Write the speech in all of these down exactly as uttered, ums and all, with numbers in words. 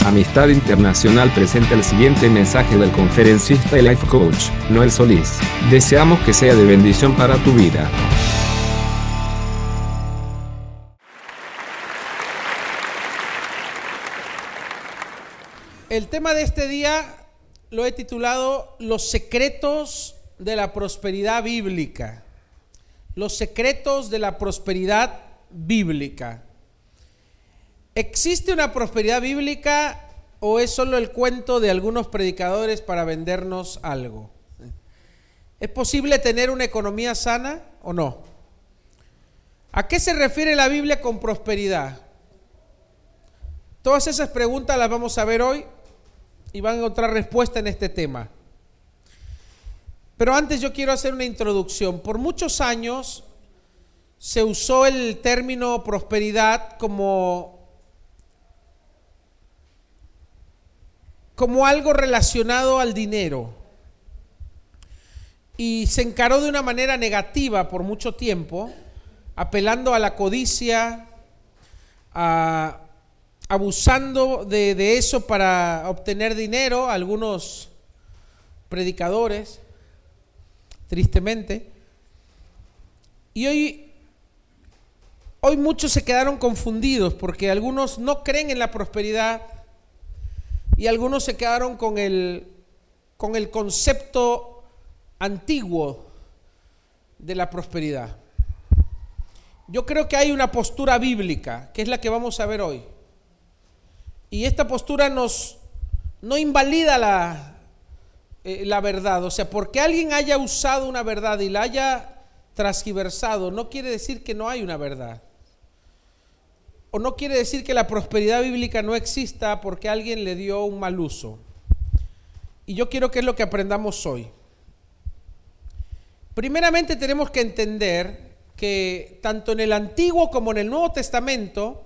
Amistad Internacional presenta el siguiente mensaje del conferencista y life coach, Noel Solís. Deseamos que sea de bendición para tu vida. El tema de este día lo he titulado Los secretos de la prosperidad bíblica. Los secretos de la prosperidad bíblica. ¿Existe una prosperidad bíblica o es solo el cuento de algunos predicadores para vendernos algo? ¿Es posible tener una economía sana o no? ¿A qué se refiere la Biblia con prosperidad? Todas esas preguntas las vamos a ver hoy y van a encontrar respuesta en este tema. Pero antes yo quiero hacer una introducción. Por muchos años se usó el término prosperidad como como algo relacionado al dinero y se encaró de una manera negativa por mucho tiempo, apelando a la codicia, a, abusando de, de eso para obtener dinero, algunos predicadores, tristemente, y hoy, hoy muchos se quedaron confundidos porque algunos no creen en la prosperidad, y algunos se quedaron con el, con el concepto antiguo de la prosperidad. Yo creo que hay una postura bíblica, que es la que vamos a ver hoy. Y esta postura nos, no invalida la, eh, la verdad. O sea, porque alguien haya usado una verdad y la haya transgiversado, no quiere decir que no hay una verdad. O no quiere decir que la prosperidad bíblica no exista porque alguien le dio un mal uso. Y yo quiero que es lo que aprendamos hoy. Primeramente tenemos que entender que tanto en el Antiguo como en el Nuevo Testamento,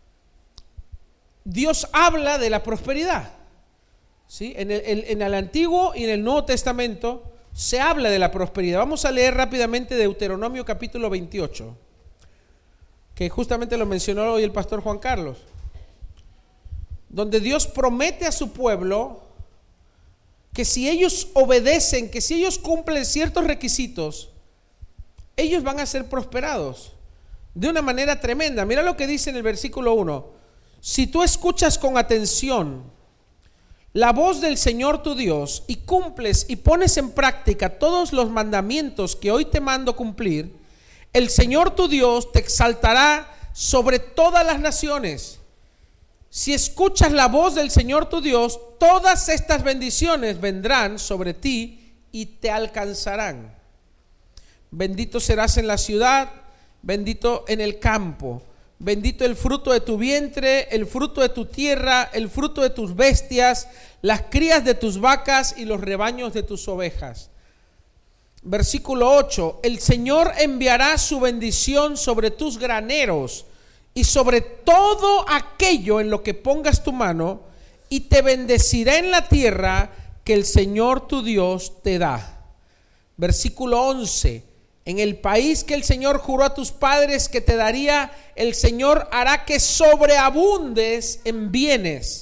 Dios habla de la prosperidad. ¿Sí? En el, en, en el Antiguo y en el Nuevo Testamento se habla de la prosperidad. Vamos a leer rápidamente Deuteronomio capítulo veintiocho. Que justamente lo mencionó hoy el pastor Juan Carlos, donde Dios promete a su pueblo que si ellos obedecen, que si ellos cumplen ciertos requisitos, ellos van a ser prosperados de una manera tremenda. Mira lo que dice en el versículo uno: si tú escuchas con atención la voz del Señor tu Dios y cumples y pones en práctica todos los mandamientos que hoy te mando cumplir, el Señor tu Dios te exaltará sobre todas las naciones. Si escuchas la voz del Señor tu Dios, todas estas bendiciones vendrán sobre ti y te alcanzarán. Bendito serás en la ciudad, bendito en el campo. Bendito el fruto de tu vientre, el fruto de tu tierra, el fruto de tus bestias, las crías de tus vacas y los rebaños de tus ovejas. Versículo ocho: el Señor enviará su bendición sobre tus graneros y sobre todo aquello en lo que pongas tu mano, y te bendecirá en la tierra que el Señor tu Dios te da. Versículo once: en el país que el Señor juró a tus padres que te daría, el Señor hará que sobreabundes en bienes,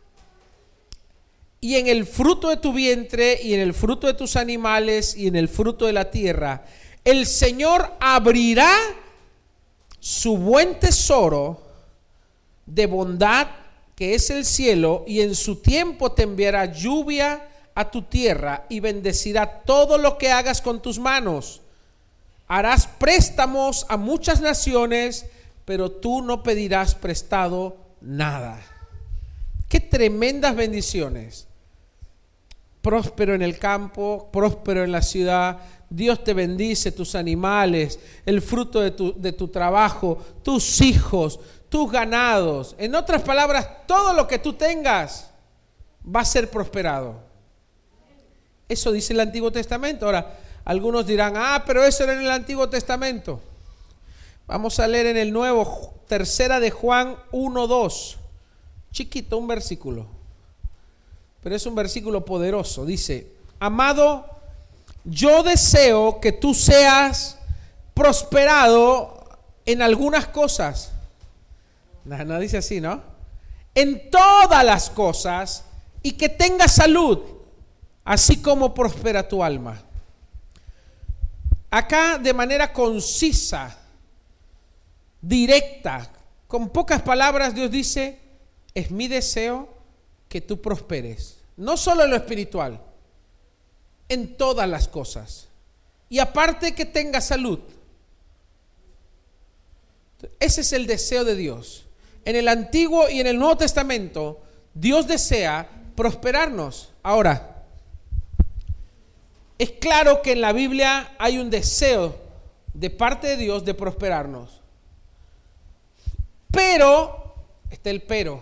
y en el fruto de tu vientre, y en el fruto de tus animales, y en el fruto de la tierra. El Señor abrirá su buen tesoro de bondad, que es el cielo, y en su tiempo te enviará lluvia a tu tierra, y bendecirá todo lo que hagas con tus manos. Harás préstamos a muchas naciones, pero tú no pedirás prestado nada. Qué tremendas bendiciones. Próspero en el campo, próspero en la ciudad. Dios te bendice, tus animales, el fruto de tu, de tu trabajo, tus hijos, tus ganados. En otras palabras, todo lo que tú tengas va a ser prosperado. Eso dice el Antiguo Testamento. Ahora, algunos dirán, ah, pero eso era en el Antiguo Testamento. Vamos a leer en el Nuevo, tercera de Juan uno dos. Chiquito, un versículo, pero es un versículo poderoso. Dice: amado, yo deseo que tú seas prosperado en algunas cosas. No, no dice así, ¿no? en todas las cosas y que tengas salud, así como prospera tu alma. Acá de manera concisa, directa, con pocas palabras, Dios dice: es mi deseo que tú prosperes, no solo en lo espiritual, en todas las cosas, y aparte que tengas salud. Ese es el deseo de Dios. En el Antiguo y en el Nuevo Testamento, Dios desea prosperarnos. Ahora, es claro que en la Biblia hay un deseo de parte de Dios de prosperarnos. Pero, está el pero.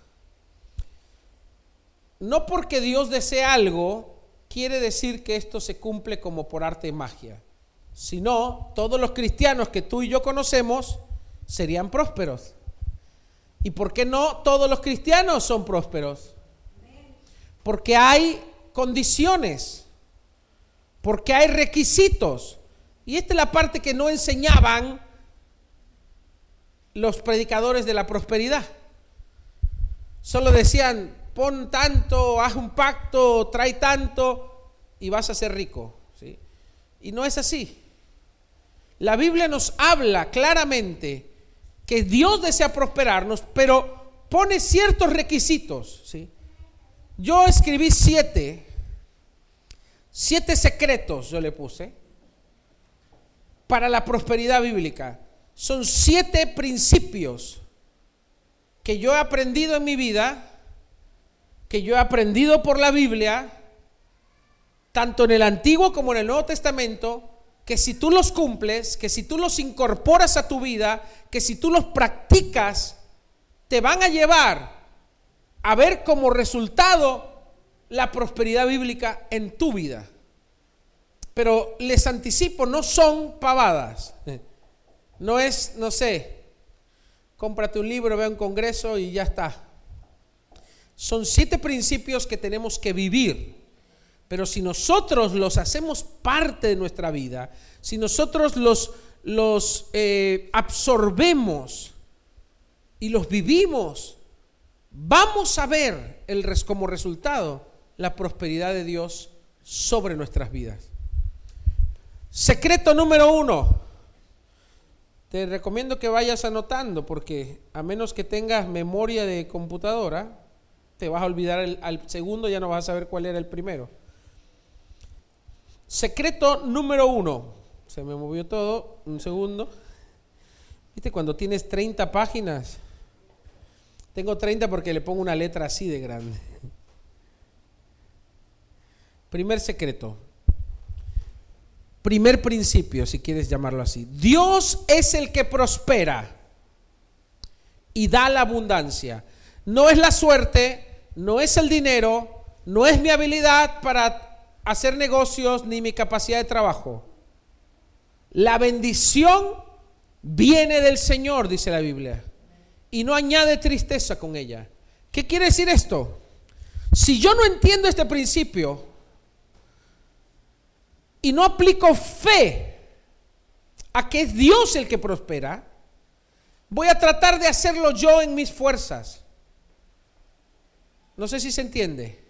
No porque Dios desea algo, quiere decir que esto se cumple como por arte de magia. Sino, todos los cristianos que tú y yo conocemos serían prósperos. ¿Y por qué no todos los cristianos son prósperos? Porque hay condiciones, porque hay requisitos. Y esta es la parte que no enseñaban los predicadores de la prosperidad. Solo decían: pon tanto, haz un pacto, trae tanto y vas a ser rico, ¿sí? Y no es así. La Biblia nos habla claramente que Dios desea prosperarnos, pero pone ciertos requisitos, ¿sí? Yo escribí siete, siete secretos, yo le puse, para la prosperidad bíblica. Son siete principios que yo he aprendido en mi vida, que yo he aprendido por la Biblia, tanto en el Antiguo como en el Nuevo Testamento, que si tú los cumples, que si tú los incorporas a tu vida, que si tú los practicas, te van a llevar a ver como resultado la prosperidad bíblica en tu vida. Pero les anticipo, no son pavadas. No es, no sé, cómprate un libro, ve a un congreso y ya está. Son siete principios que tenemos que vivir. Pero si nosotros los hacemos parte de nuestra vida, si nosotros los, los eh, absorbemos y los vivimos, vamos a ver el res, como resultado la prosperidad de Dios sobre nuestras vidas. Secreto número uno. Te recomiendo que vayas anotando, porque a menos que tengas memoria de computadora, te vas a olvidar el, al segundo, ya no vas a saber cuál era el primero. Secreto número uno. Se me movió todo, un segundo. ¿Viste cuando tienes treinta páginas? Tengo treinta porque le pongo una letra así de grande. Primer secreto. Primer principio, si quieres llamarlo así. Dios es el que prospera y da la abundancia. No es la suerte, no es el dinero, no es mi habilidad para hacer negocios ni mi capacidad de trabajo. La bendición viene del Señor, dice la Biblia, y no añade tristeza con ella. ¿Qué quiere decir esto? Si yo no entiendo este principio y no aplico fe a que es Dios el que prospera, voy a tratar de hacerlo yo en mis fuerzas. No sé si se entiende.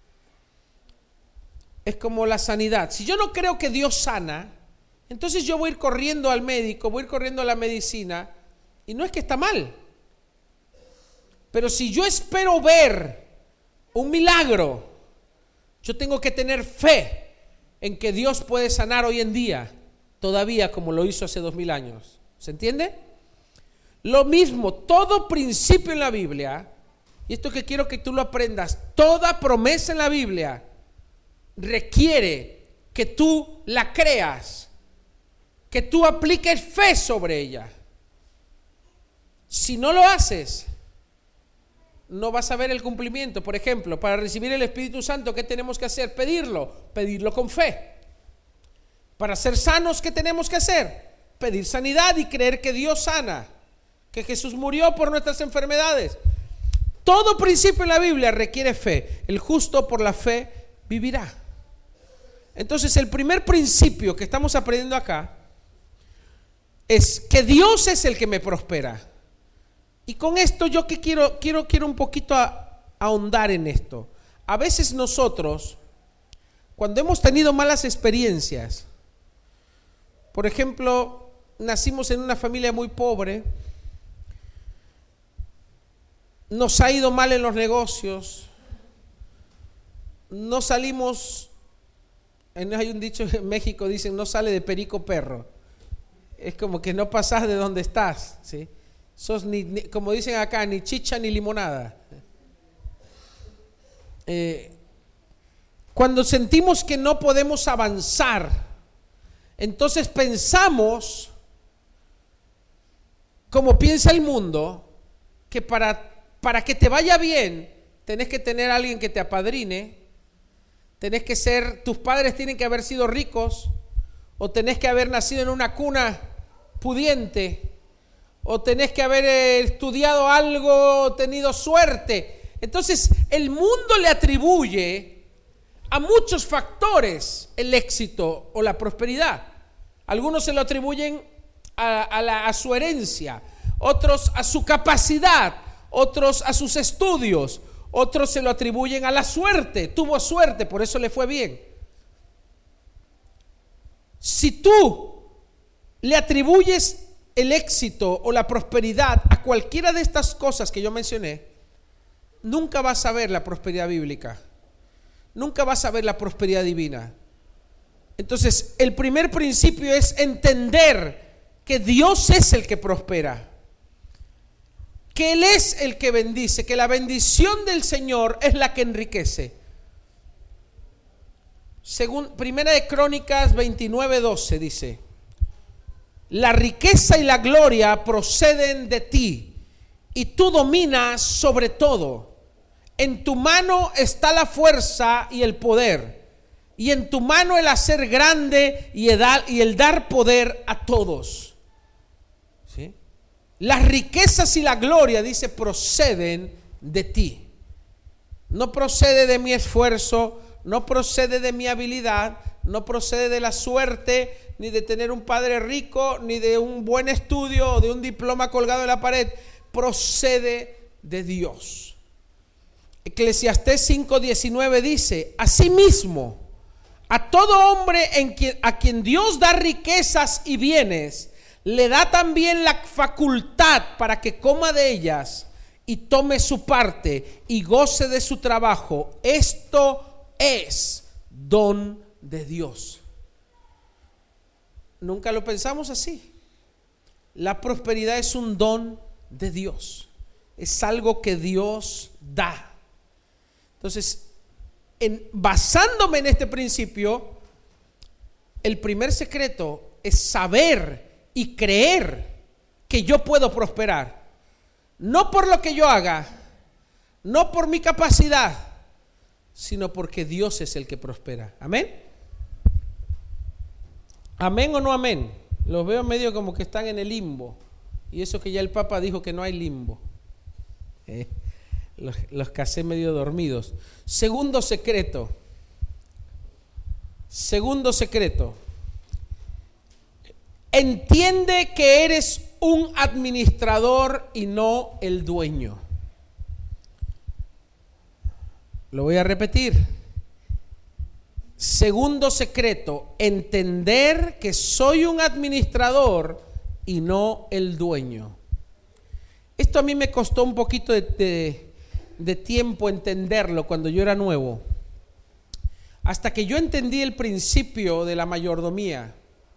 Es como la sanidad. Si yo no creo que Dios sana, entonces yo voy a ir corriendo al médico, voy a ir corriendo a la medicina, y no es que está mal. Pero si yo espero ver un milagro, yo tengo que tener fe en que Dios puede sanar hoy en día, todavía como lo hizo hace dos mil años. ¿Se entiende? Lo mismo, todo principio en la Biblia, y esto que quiero que tú lo aprendas, toda promesa en la Biblia requiere que tú la creas, que tú apliques fe sobre ella. Si no lo haces, no vas a ver el cumplimiento. Por ejemplo, para recibir el Espíritu Santo, ¿qué tenemos que hacer? Pedirlo, pedirlo con fe. Para ser sanos, ¿qué tenemos que hacer? Pedir sanidad y creer que Dios sana, que Jesús murió por nuestras enfermedades. Todo principio en la Biblia requiere fe. El justo por la fe vivirá. Entonces, el primer principio que estamos aprendiendo acá es que Dios es el que me prospera. Y con esto yo que quiero, quiero, quiero un poquito a, ahondar en esto. A veces nosotros, cuando hemos tenido malas experiencias, por ejemplo, nacimos en una familia muy pobre, nos ha ido mal en los negocios, no salimos, hay un dicho en México, dicen no sale de perico perro, es como que no pasás de donde estás, ¿sí? Sos ni, ni, como dicen acá, ni chicha ni limonada. Eh, cuando sentimos que no podemos avanzar, entonces pensamos, como piensa el mundo, que para, para que te vaya bien, tenés que tener a alguien que te apadrine, tenés que ser, tus padres tienen que haber sido ricos, o tenés que haber nacido en una cuna pudiente, o tenés que haber estudiado algo, tenido suerte. Entonces el mundo le atribuye a muchos factores el éxito o la prosperidad. Algunos se lo atribuyen a, a, la, a su herencia, otros a su capacidad, otros a sus estudios, otros se lo atribuyen a la suerte. Tuvo suerte, por eso le fue bien. Si tú le atribuyes el éxito o la prosperidad a cualquiera de estas cosas que yo mencioné, nunca vas a ver la prosperidad bíblica, nunca vas a ver la prosperidad divina. Entonces, el primer principio es entender que Dios es el que prospera, que Él es el que bendice, que la bendición del Señor es la que enriquece. Según Primera de Crónicas veintinueve doce dice: la riqueza y la gloria proceden de ti, y tú dominas sobre todo. En tu mano está la fuerza y el poder, y en tu mano el hacer grande y el dar, y el dar poder a todos. ¿Sí? Las riquezas y la gloria, dice, proceden de ti. No procede de mi esfuerzo, no procede de mi habilidad, no procede de la suerte, ni de tener un padre rico, ni de un buen estudio o de un diploma colgado en la pared. Procede de Dios. Eclesiastés cinco diecinueve dice: asimismo, a todo hombre en quien, a quien Dios da riquezas y bienes, le da también la facultad para que coma de ellas y tome su parte y goce de su trabajo. Esto es don de Dios. Nunca lo pensamos así. La prosperidad es un don de Dios, es algo que Dios da. Entonces, en, basándome en este principio, el primer secreto es saber y creer que yo puedo prosperar, no por lo que yo haga, no por mi capacidad, sino porque Dios es el que prospera. Amén. Amén o no amén. Los veo medio como que están en el limbo, y eso que ya el Papa dijo que no hay limbo. Eh, los, los casé medio dormidos. Segundo secreto. Segundo secreto. Entiende que eres un administrador y no el dueño. Lo voy a repetir. Segundo secreto, entender que soy un administrador y no el dueño. Esto a mí me costó un poquito de, de, de tiempo entenderlo cuando yo era nuevo. Hasta que yo entendí el principio de la mayordomía.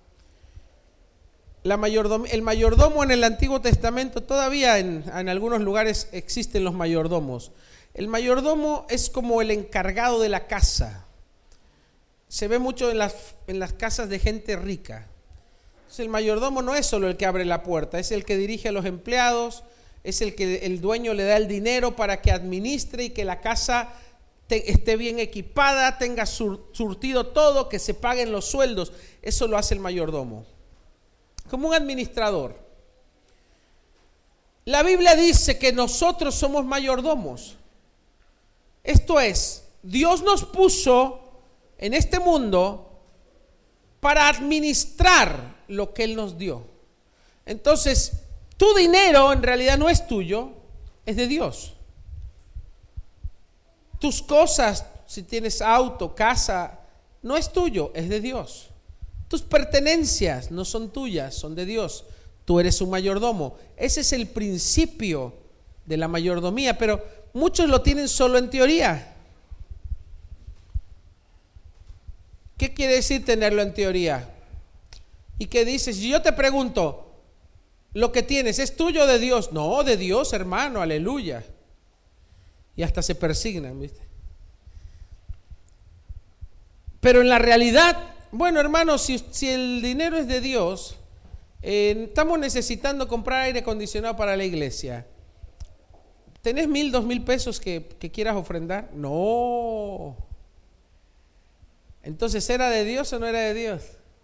La mayordomía, el mayordomo en el Antiguo Testamento, todavía en, en algunos lugares existen los mayordomos. El mayordomo es como el encargado de la casa. Se ve mucho en las, en las casas de gente rica. Entonces, el mayordomo no es solo el que abre la puerta, es el que dirige a los empleados, es el que el dueño le da el dinero para que administre y que la casa te, esté bien equipada, tenga sur, surtido todo, que se paguen los sueldos. Eso lo hace el mayordomo, como un administrador. La Biblia dice que nosotros somos mayordomos. Esto es, Dios nos puso en este mundo para administrar lo que Él nos dio. Entonces, Tu dinero en realidad no es tuyo, es de Dios. Tus cosas, si tienes auto, casa, no es tuyo, es de Dios. Tus pertenencias no son tuyas, son de Dios. Tú eres un mayordomo. Ese es el principio de la mayordomía, pero muchos lo tienen solo en teoría. ¿Qué quiere decir tenerlo en teoría? ¿Y qué dices? Si yo te pregunto, ¿lo que tienes es tuyo o de Dios? No, de Dios, hermano, aleluya. Y hasta se persignan, ¿viste? Pero en la realidad, bueno, hermano, si, si el dinero es de Dios, eh, estamos necesitando comprar aire acondicionado para la iglesia. ¿Tenés mil, dos mil pesos que, que quieras ofrendar? No. Entonces, ¿era de Dios o no era de Dios?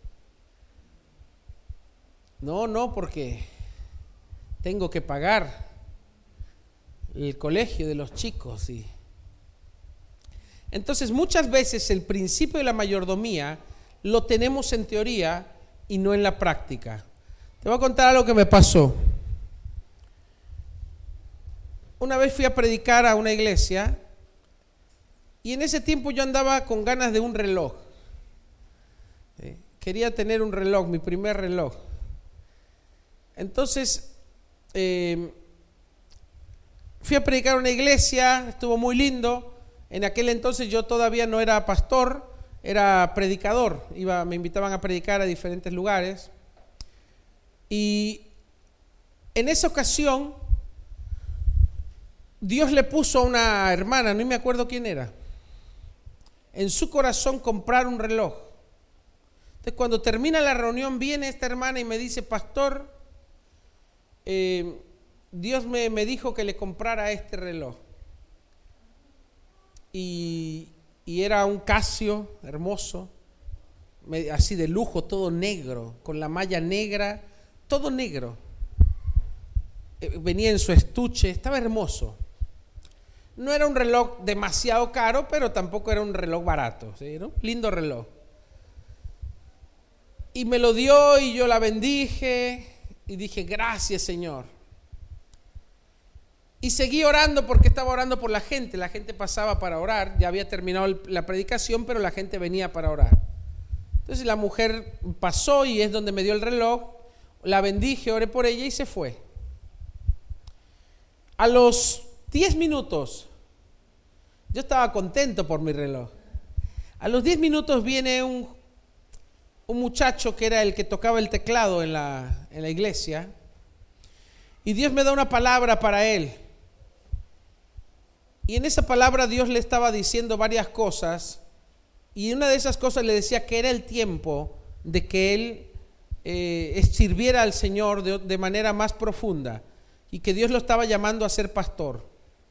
No, no, porque tengo que pagar el colegio de los chicos. Y entonces, muchas veces el principio de la mayordomía lo tenemos en teoría y no en la práctica. Te voy a contar algo que me pasó. Una vez fui a predicar a una iglesia y en ese tiempo yo andaba con ganas de un reloj. ¿Sí? Quería tener un reloj, mi primer reloj. Entonces, eh, fui a predicar a una iglesia, estuvo muy lindo. En aquel entonces yo todavía no era pastor, era predicador. Iba, me invitaban a predicar a diferentes lugares. Y en esa ocasión, Dios le puso a una hermana, no me acuerdo quién era, en su corazón comprar un reloj. Entonces, cuando termina la reunión, viene esta hermana y me dice: pastor, eh, Dios me, me dijo que le comprara este reloj. Y, y era un Casio hermoso, así de lujo, todo negro, con la malla negra, todo negro. Eh, venía en su estuche, estaba hermoso. No era un reloj demasiado caro, pero tampoco era un reloj barato, ¿sí? ¿No? Lindo reloj. Y me lo dio y yo la bendije y dije: gracias, Señor. Y seguí orando porque estaba orando por la gente. La gente pasaba para orar. Ya había terminado la predicación, pero la gente venía para orar. Entonces la mujer pasó y es donde me dio el reloj. La bendije, oré por ella y se fue. A los diez minutos, yo estaba contento por mi reloj. A los diez minutos viene un, un muchacho que era el que tocaba el teclado en la, en la iglesia. Y Dios me da una palabra para él. Y en esa palabra Dios le estaba diciendo varias cosas. Y una de esas cosas le decía que era el tiempo de que él eh, sirviera al Señor de, de manera más profunda. Y que Dios lo estaba llamando a ser pastor.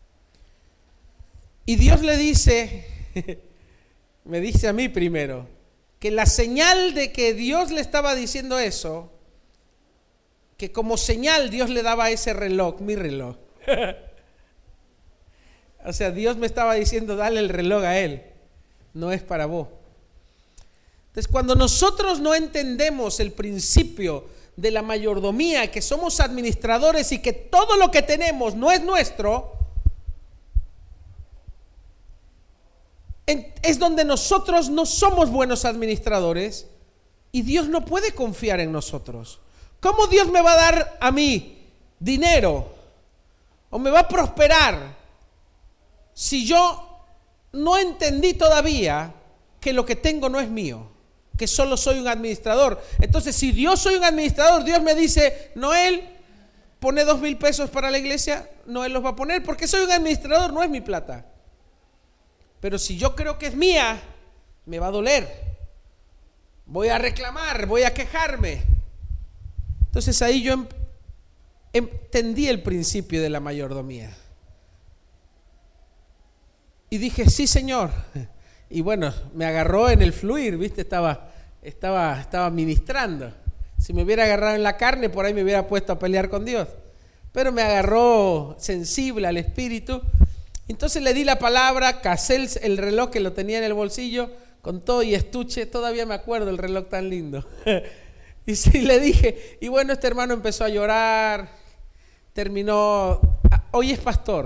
Y Dios le dice, me dice a mí primero, que la señal de que Dios le estaba diciendo eso, que como señal Dios le daba ese reloj, mi reloj. O sea, Dios me estaba diciendo: dale el reloj a él, no es para vos. Entonces, cuando nosotros no entendemos el principio de la mayordomía, que somos administradores y que todo lo que tenemos no es nuestro, es donde nosotros no somos buenos administradores y Dios no puede confiar en nosotros. ¿Cómo Dios me va a dar a mí dinero o me va a prosperar si yo no entendí todavía que lo que tengo no es mío, que solo soy un administrador? Entonces, si Dios soy un administrador, Dios me dice: Noel, pone dos mil pesos para la iglesia. Noel los va a poner porque soy un administrador, no es mi plata. Pero si yo creo que es mía, me va a doler, voy a reclamar, voy a quejarme. Entonces ahí yo entendí el principio de la mayordomía y dije: sí, Señor. Y bueno, me agarró en el fluir, ¿viste? Estaba, estaba, estaba ministrando. Si me hubiera agarrado en la carne, por ahí me hubiera puesto a pelear con Dios. Pero me agarró sensible al Espíritu. Entonces le di la palabra, casé el, el reloj que lo tenía en el bolsillo, con todo y estuche. Todavía me acuerdo el reloj tan lindo. Y sí, le dije. Y bueno, este hermano empezó a llorar. terminó, hoy es pastor.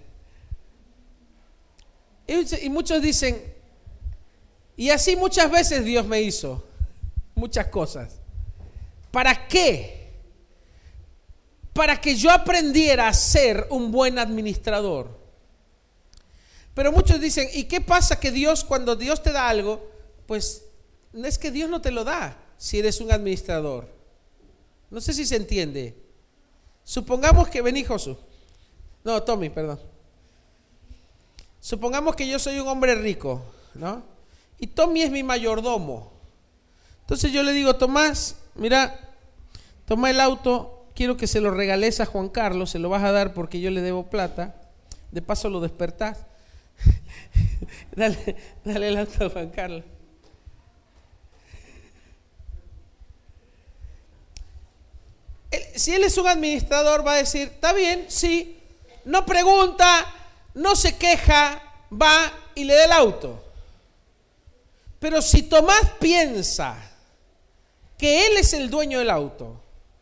Y muchos dicen, y así muchas veces Dios me hizo muchas cosas. ¿Para qué? Para que yo aprendiera a ser un buen administrador. Pero muchos dicen, ¿y qué pasa que Dios, cuando Dios te da algo, pues no es que Dios no te lo da si eres un administrador? No sé si se entiende. Supongamos que, vení Josu, no, Tommy, perdón. Supongamos que yo soy un hombre rico, ¿no? Y Tommy es mi mayordomo. Entonces yo le digo, Tomás, mira, toma el auto, quiero que se lo regales a Juan Carlos, se lo vas a dar porque yo le debo plata, de paso lo despertás. dale, dale el auto a Juan Carlos. Él, si él es un administrador, va a decir, está bien, sí, no pregunta, no se queja, va y le da el auto. Pero si Tomás piensa que él es el dueño del auto,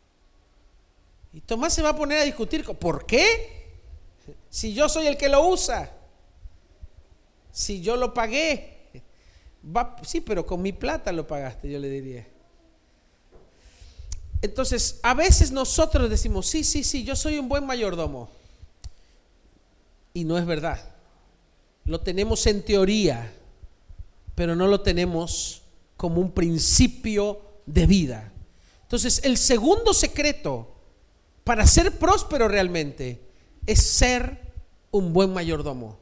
y Tomás se va a poner a discutir, ¿por qué? Si yo soy el que lo usa, si yo lo pagué, va, sí, pero con mi plata lo pagaste, yo le diría. Entonces, a veces nosotros decimos, sí, sí, sí, yo soy un buen mayordomo. Y no es verdad. Lo tenemos en teoría, pero no lo tenemos como un principio de vida. Entonces, el segundo secreto para ser próspero realmente es ser un buen mayordomo.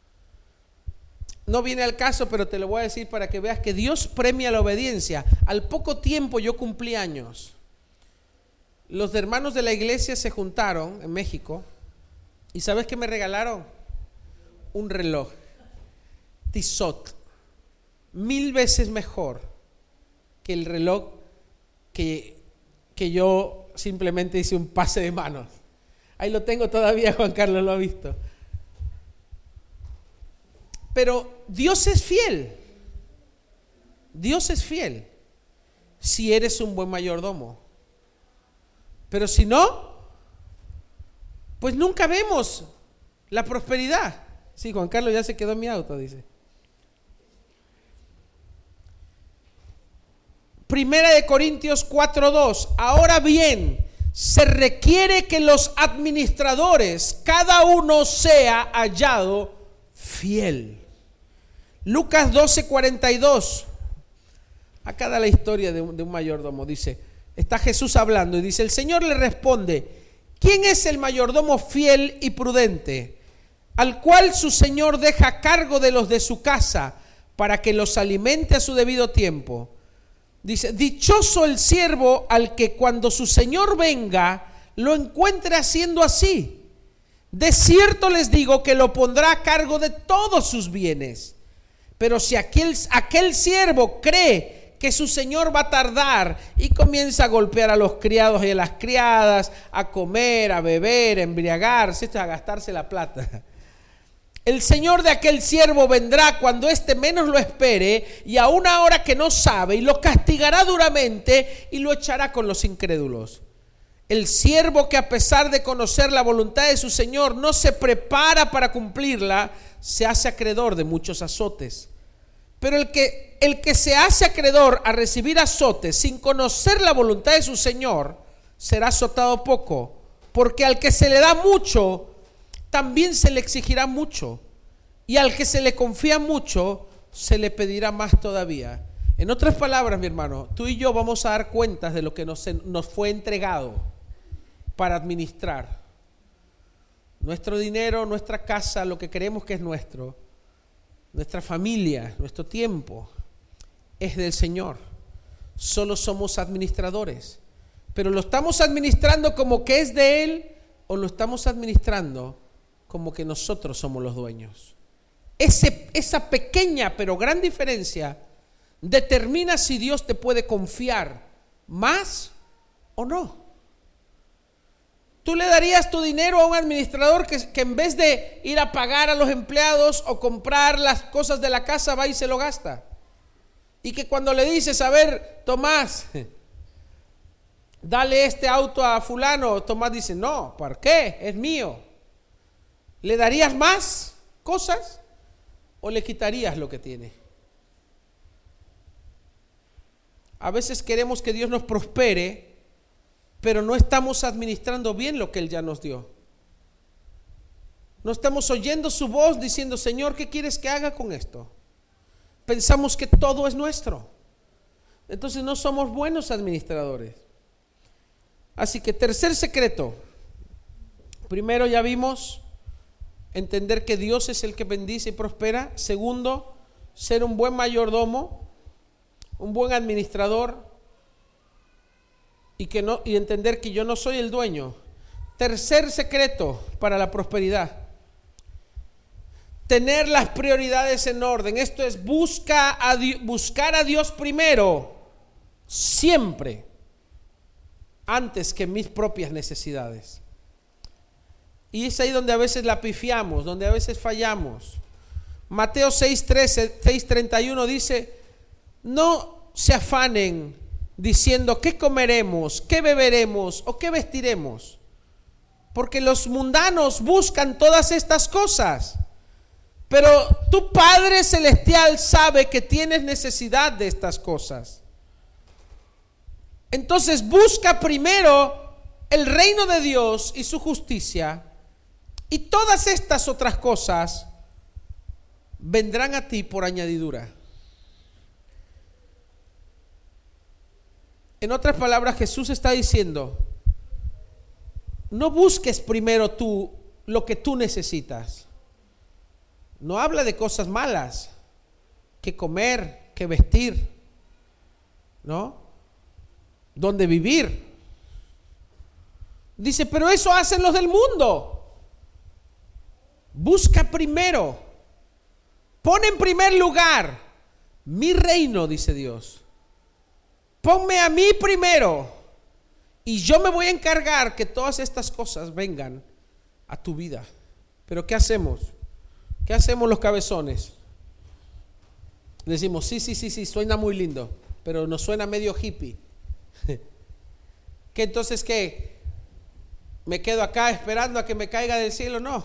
No viene al caso, pero te lo voy a decir para que veas que Dios premia la obediencia. Al poco tiempo yo cumplí años. Los hermanos de la iglesia se juntaron en México y ¿sabes qué me regalaron? Un reloj Tissot, mil veces mejor que el reloj que, que yo simplemente hice un pase de manos. Ahí lo tengo todavía, Juan Carlos lo ha visto. Pero Dios es fiel. Dios es fiel si eres un buen mayordomo. Pero si no, pues nunca vemos la prosperidad. Sí, Juan Carlos ya se quedó en mi auto, dice. Primera de Corintios cuatro dos. Ahora bien, se requiere que los administradores, cada uno sea hallado fiel. Lucas doce cuarenta y dos. Acá da la historia de un, de un mayordomo. Dice, está Jesús hablando y dice, el Señor le responde, ¿quién es el mayordomo fiel y prudente, al cual su Señor deja a cargo de los de su casa para que los alimente a su debido tiempo? Dice, dichoso el siervo al que cuando su Señor venga lo encuentre haciendo así. De cierto les digo que lo pondrá a cargo de todos sus bienes. Pero si aquel, aquel siervo cree que su señor va a tardar y comienza a golpear a los criados y a las criadas, a comer, a beber, a embriagarse, a gastarse la plata, el señor de aquel siervo vendrá cuando éste menos lo espere y a una hora que no sabe, y lo castigará duramente y lo echará con los incrédulos. El siervo que a pesar de conocer la voluntad de su señor no se prepara para cumplirla, se hace acreedor de muchos azotes. Pero el que, el que se hace acreedor a recibir azotes sin conocer la voluntad de su señor, será azotado poco, porque al que se le da mucho, también se le exigirá mucho, y al que se le confía mucho, se le pedirá más todavía. En otras palabras, mi hermano, tú y yo vamos a dar cuentas de lo que nos, nos fue entregado para administrar nuestro dinero, nuestra casa, lo que creemos que es nuestro, nuestra familia, nuestro tiempo, es del Señor. Solo somos administradores, pero lo estamos administrando como que es de Él, o lo estamos administrando como que nosotros somos los dueños. Ese, esa pequeña pero gran diferencia determina si Dios te puede confiar más o no. ¿Tú le darías tu dinero a un administrador que, que en vez de ir a pagar a los empleados o comprar las cosas de la casa va y se lo gasta? Y que cuando le dices, a ver, Tomás, dale este auto a fulano. Tomás dice, no, ¿por qué? Es mío. ¿Le darías más cosas o le quitarías lo que tiene? A veces queremos que Dios nos prospere, pero no estamos administrando bien lo que Él ya nos dio. No estamos oyendo su voz diciendo, Señor, ¿qué quieres que haga con esto? Pensamos que todo es nuestro. Entonces no somos buenos administradores. Así que tercer secreto. Primero ya vimos entender que Dios es el que bendice y prospera. Segundo, ser un buen mayordomo, un buen administrador y, que no, y entender que yo no soy el dueño. Tercer secreto para la prosperidad. Tener las prioridades en orden. Esto es busca a Dios, buscar a Dios primero, siempre, antes que mis propias necesidades. Y es ahí donde a veces la pifiamos, donde a veces fallamos. Mateo seis trece, seis treinta y uno dice, no se afanen diciendo qué comeremos, qué beberemos o qué vestiremos, porque los mundanos buscan todas estas cosas. Pero tu Padre Celestial sabe que tienes necesidad de estas cosas. Entonces busca primero el reino de Dios y su justicia, y todas estas otras cosas vendrán a ti por añadidura. En otras palabras, Jesús está diciendo, no busques primero tú lo que tú necesitas. No habla de cosas malas, que comer, que vestir, ¿no? Donde vivir. Dice, pero eso hacen los del mundo. Busca primero, pon en primer lugar mi reino, dice Dios. Ponme a mí primero y yo me voy a encargar que todas estas cosas vengan a tu vida. Pero ¿qué hacemos? ¿Qué hacemos los cabezones? Decimos, sí, sí, sí, sí, suena muy lindo, pero nos suena medio hippie. ¿Qué entonces qué? ¿Me quedo acá esperando a que me caiga del cielo? No.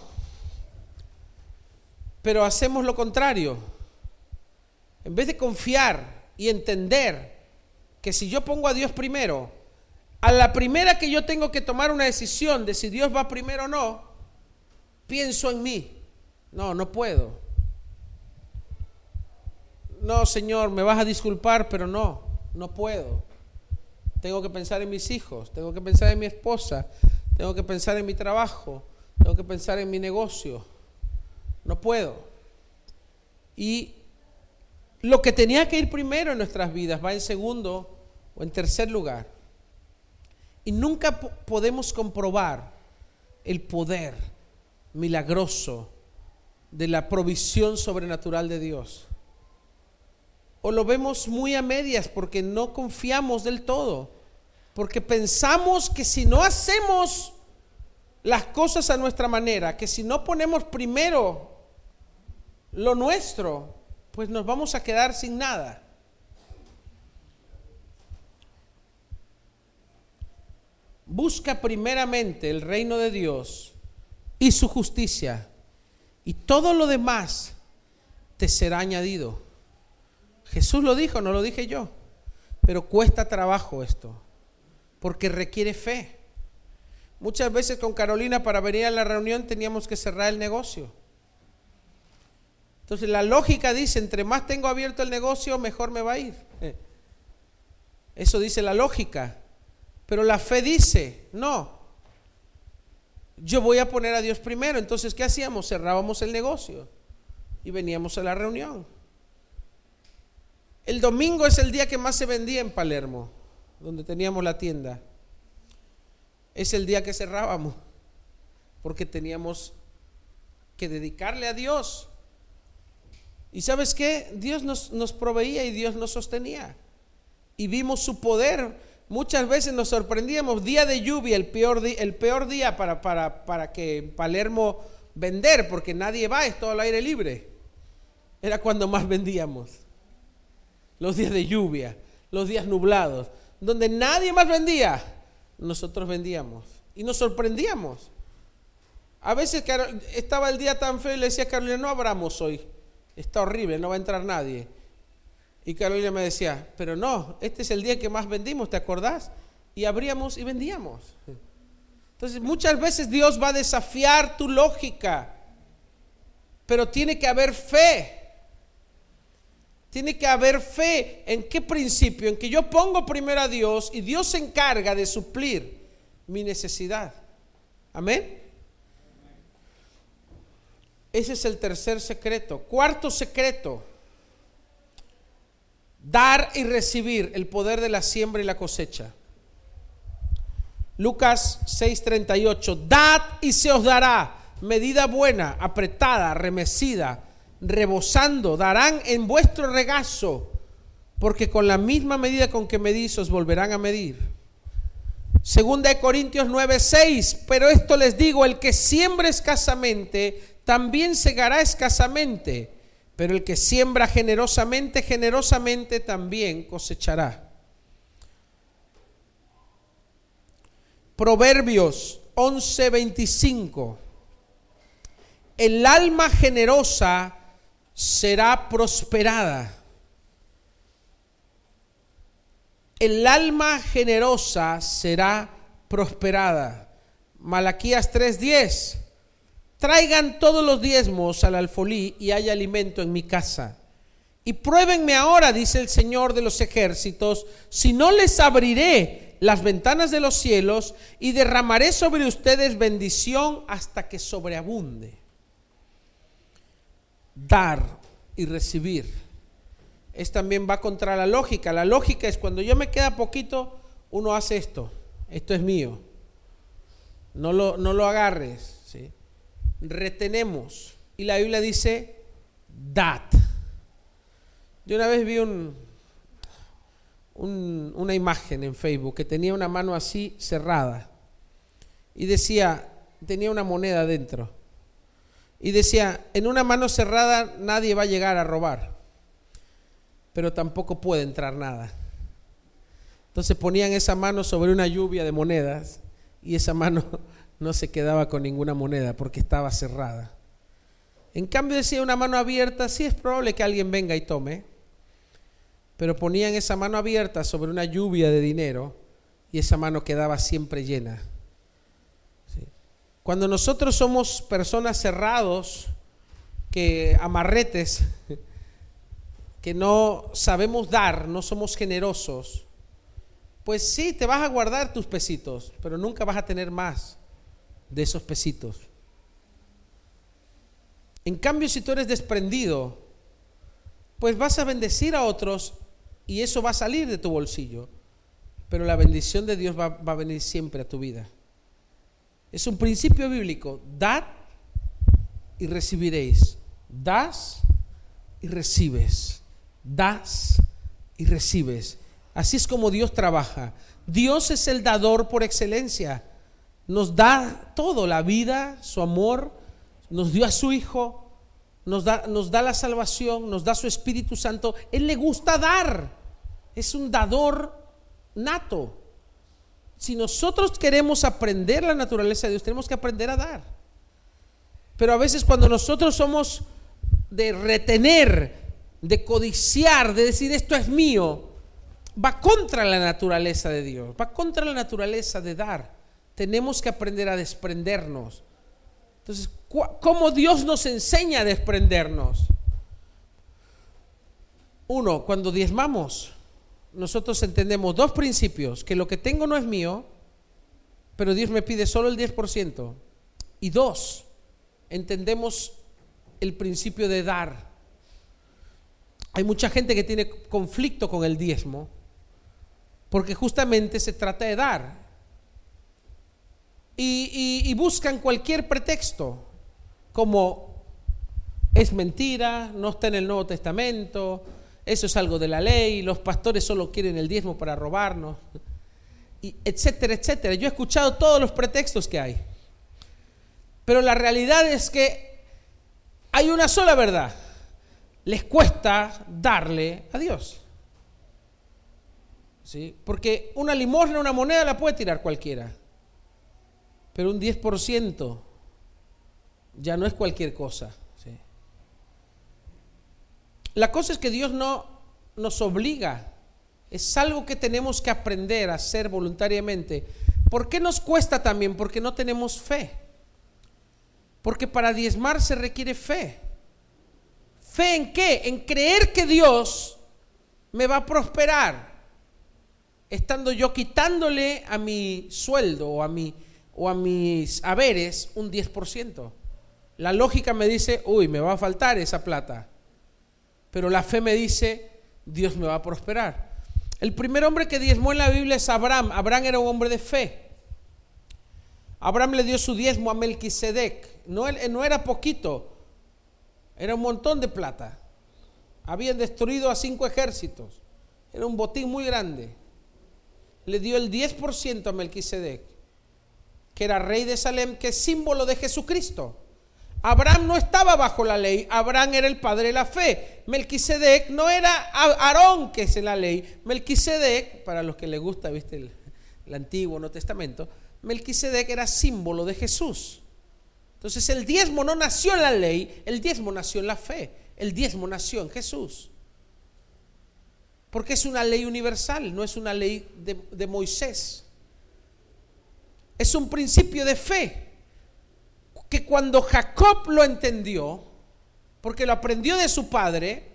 Pero hacemos lo contrario. En vez de confiar y entender que si yo pongo a Dios primero, a la primera que yo tengo que tomar una decisión de si Dios va primero o no, pienso en mí. No, no puedo. No, Señor, me vas a disculpar, pero no, no puedo. Tengo que pensar en mis hijos, tengo que pensar en mi esposa, tengo que pensar en mi trabajo, tengo que pensar en mi negocio. No puedo. Y lo que tenía que ir primero en nuestras vidas va en segundo o en tercer lugar. Y nunca po- podemos comprobar el poder milagroso de la provisión sobrenatural de Dios. O lo vemos muy a medias porque no confiamos del todo, porque pensamos que si no hacemos las cosas a nuestra manera, que si no ponemos primero lo nuestro, pues nos vamos a quedar sin nada. Busca primeramente el reino de Dios y su justicia, y todo lo demás te será añadido. Jesús lo dijo, no lo dije yo, pero cuesta trabajo esto, porque requiere fe. Muchas veces con Carolina para venir a la reunión teníamos que cerrar el negocio. Entonces la lógica dice, entre más tengo abierto el negocio, mejor me va a ir. Eso dice la lógica, pero la fe dice, no, yo voy a poner a Dios primero. Entonces, ¿qué hacíamos? Cerrábamos el negocio y veníamos a la reunión. El domingo es el día que más se vendía en Palermo, donde teníamos la tienda. Es el día que cerrábamos, porque teníamos que dedicarle a Dios. ¿Y sabes qué? Dios nos, nos proveía y Dios nos sostenía. Y vimos su poder. Muchas veces nos sorprendíamos, día de lluvia, el peor, di- el peor día para, para, para que en Palermo vender, porque nadie va, es todo al aire libre. Era cuando más vendíamos. Los días de lluvia, los días nublados, donde nadie más vendía. nosotros vendíamos y nos sorprendíamos. A veces estaba el día tan feo y le decía a Carolina, no abramos hoy, está horrible, no va a entrar nadie. Y Carolina me decía, pero no, este es el día que más vendimos, ¿te acordás? Y abríamos y vendíamos. Entonces muchas veces Dios va a desafiar tu lógica, pero tiene que haber fe. Tiene que haber fe. ¿En qué principio? En que yo pongo primero a Dios y Dios se encarga de suplir mi necesidad. Amén. Ese es el tercer secreto. Cuarto secreto: dar y recibir, el poder de la siembra y la cosecha. Lucas seis treinta y ocho: dad y se os dará, medida buena, apretada, remecida, rebosando, darán en vuestro regazo, porque con la misma medida con que medís os volverán a medir. Segunda de Corintios nueve seis: pero esto les digo, el que siembra escasamente, también segará escasamente, pero el que siembra generosamente, generosamente también cosechará. Proverbios once veinticinco: el alma generosa será prosperada. El alma generosa será prosperada. Malaquías tres diez: traigan todos los diezmos al alfolí y hay alimento en mi casa. Y pruébenme ahora, dice el Señor de los ejércitos, si no les abriré las ventanas de los cielos y derramaré sobre ustedes bendición hasta que sobreabunde. Dar y recibir es también va contra la lógica. La lógica es cuando yo me queda poquito, uno hace esto, esto es mío, no lo, no lo agarres, ¿sí? Retenemos, y la Biblia dice dad. Yo una vez vi un, un, una imagen en Facebook que tenía una mano así cerrada y decía, tenía una moneda dentro y decía, en una mano cerrada nadie va a llegar a robar, pero tampoco puede entrar nada. Entonces ponían esa mano sobre una lluvia de monedas y esa mano no se quedaba con ninguna moneda porque estaba cerrada. En cambio decía, una mano abierta, sí es probable que alguien venga y tome, pero ponían esa mano abierta sobre una lluvia de dinero y esa mano quedaba siempre llena. ¿Sí? Cuando nosotros somos personas cerrados, que amarretes, que no sabemos dar, no somos generosos, pues sí, te vas a guardar tus pesitos, pero nunca vas a tener más de esos pesitos. En cambio, si tú eres desprendido, pues vas a bendecir a otros y eso va a salir de tu bolsillo, pero la bendición de Dios va, va a venir siempre a tu vida. Es un principio bíblico: dad y recibiréis, das y recibes, das y recibes. Así es como Dios trabaja. Dios es el dador por excelencia. Nos da todo, la vida, su amor, nos dio a su Hijo, nos da, nos da la salvación, nos da su Espíritu Santo. Él le gusta dar, es un dador nato. Si nosotros queremos aprender la naturaleza de Dios, tenemos que aprender a dar. Pero a veces cuando nosotros somos de retener, de codiciar, de decir esto es mío, va contra la naturaleza de Dios, va contra la naturaleza de dar. Tenemos que aprender a desprendernos. Entonces, ¿cómo Dios nos enseña a desprendernos? Uno, cuando diezmamos, nosotros entendemos dos principios: que lo que tengo no es mío, pero Dios me pide solo el diez por ciento. Y dos, entendemos el principio de dar. Hay mucha gente que tiene conflicto con el diezmo, porque justamente se trata de dar. Y, y, y buscan cualquier pretexto, como es mentira, no está en el Nuevo Testamento, eso es algo de la ley, los pastores solo quieren el diezmo para robarnos, y etcétera, etcétera. Yo he escuchado todos los pretextos que hay, pero la realidad es que hay una sola verdad: les cuesta darle a Dios. ¿sí? Porque una limosna, una moneda la puede tirar cualquiera, pero un diez por ciento ya no es cualquier cosa, ¿sí? La cosa es que Dios no nos obliga, es algo que tenemos que aprender a hacer voluntariamente. ¿Por qué nos cuesta también? Porque no tenemos fe. Porque para diezmar se requiere fe. ¿Fe en qué? En creer que Dios me va a prosperar, estando yo quitándole a mi sueldo o a, mi, o a mis haberes un diez por ciento. La lógica me dice, uy, me va a faltar esa plata. Pero la fe me dice, Dios me va a prosperar. El primer hombre que diezmó en la Biblia es Abraham. Abraham era un hombre de fe. Abraham le dio su diezmo a Melquisedec. No, no era poquito, era un montón de plata. Habían destruido a cinco ejércitos. Era un botín muy grande. Le dio el diez por ciento a Melquisedec, que era rey de Salem, que es símbolo de Jesucristo. Abraham no estaba bajo la ley, Abraham era el padre de la fe. Melquisedec no era Aarón, que es en la ley. Melquisedec, para los que les gusta, viste, el, el Antiguo Nuevo Testamento, Melquisedec era símbolo de Jesús. Entonces el diezmo no nació en la ley, el diezmo nació en la fe, el diezmo nació en Jesús. Porque es una ley universal, no es una ley de, de Moisés. Es un principio de fe que cuando Jacob lo entendió, porque lo aprendió de su padre,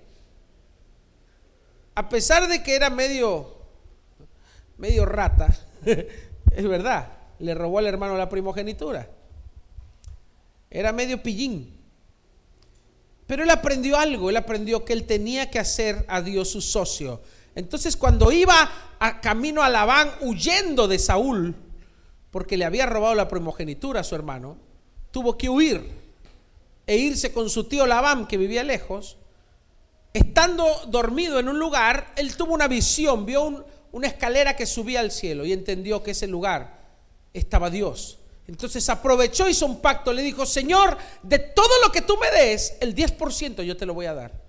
a pesar de que era medio, medio rata, es verdad, le robó al hermano la primogenitura. Era medio pillín. Pero él aprendió algo, él aprendió que él tenía que hacer a Dios su socio. Entonces cuando iba a camino a Labán huyendo de Saúl, porque le había robado la primogenitura a su hermano, tuvo que huir e irse con su tío Labán, que vivía lejos. Estando dormido en un lugar, él tuvo una visión, vio un, una escalera que subía al cielo y entendió que ese lugar estaba Dios. Entonces aprovechó, hizo un pacto, le dijo, Señor, de todo lo que tú me des, el diez por ciento yo te lo voy a dar,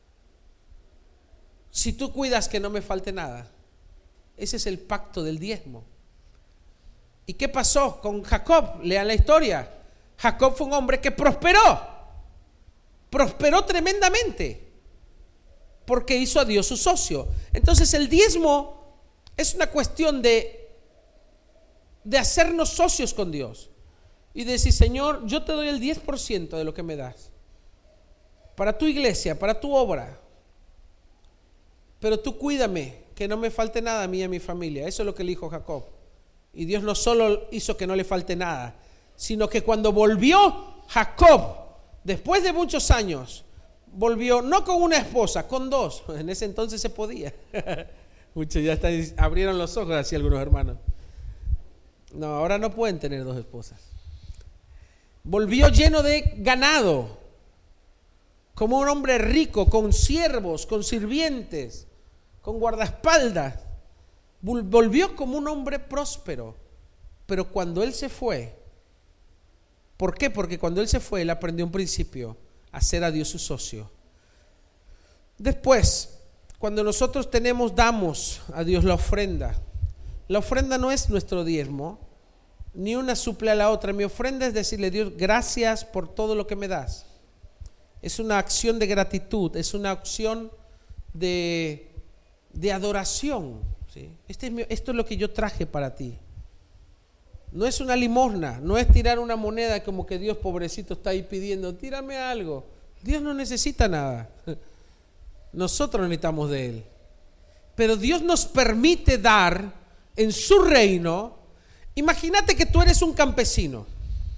si tú cuidas que no me falte nada. Ese es el pacto del diezmo. ¿Y qué pasó con Jacob? Lean la historia. Jacob fue un hombre que prosperó, prosperó tremendamente, porque hizo a Dios su socio. Entonces el diezmo es una cuestión de de hacernos socios con Dios y decir, Señor, yo te doy el diez por ciento de lo que me das para tu iglesia, para tu obra, pero tú cuídame que no me falte nada a mí y a mi familia. Eso es lo que le dijo Jacob. Y Dios no solo hizo que no le falte nada, sino que cuando volvió Jacob, después de muchos años, volvió no con una esposa, con dos. En ese entonces se podía. Muchos ya están, abrieron los ojos así algunos hermanos. No, ahora no pueden tener dos esposas. Volvió lleno de ganado, como un hombre rico, con siervos, con sirvientes, con guardaespaldas. Volvió como un hombre próspero. Pero cuando él se fue, ¿por qué? Porque cuando él se fue, él aprendió un principio: hacer a Dios su socio. Después, cuando nosotros tenemos, damos a Dios la ofrenda. La ofrenda no es nuestro diezmo, ni una suple a la otra. Mi ofrenda es decirle a Dios, gracias por todo lo que me das. Es una acción de gratitud, es una acción de, de adoración, ¿sí? Este es mi, esto es lo que yo traje para ti. No es una limosna, no es tirar una moneda como que Dios pobrecito está ahí pidiendo, tírame algo. Dios no necesita nada. Nosotros necesitamos de Él. Pero Dios nos permite dar en su reino. Imagínate que tú eres un campesino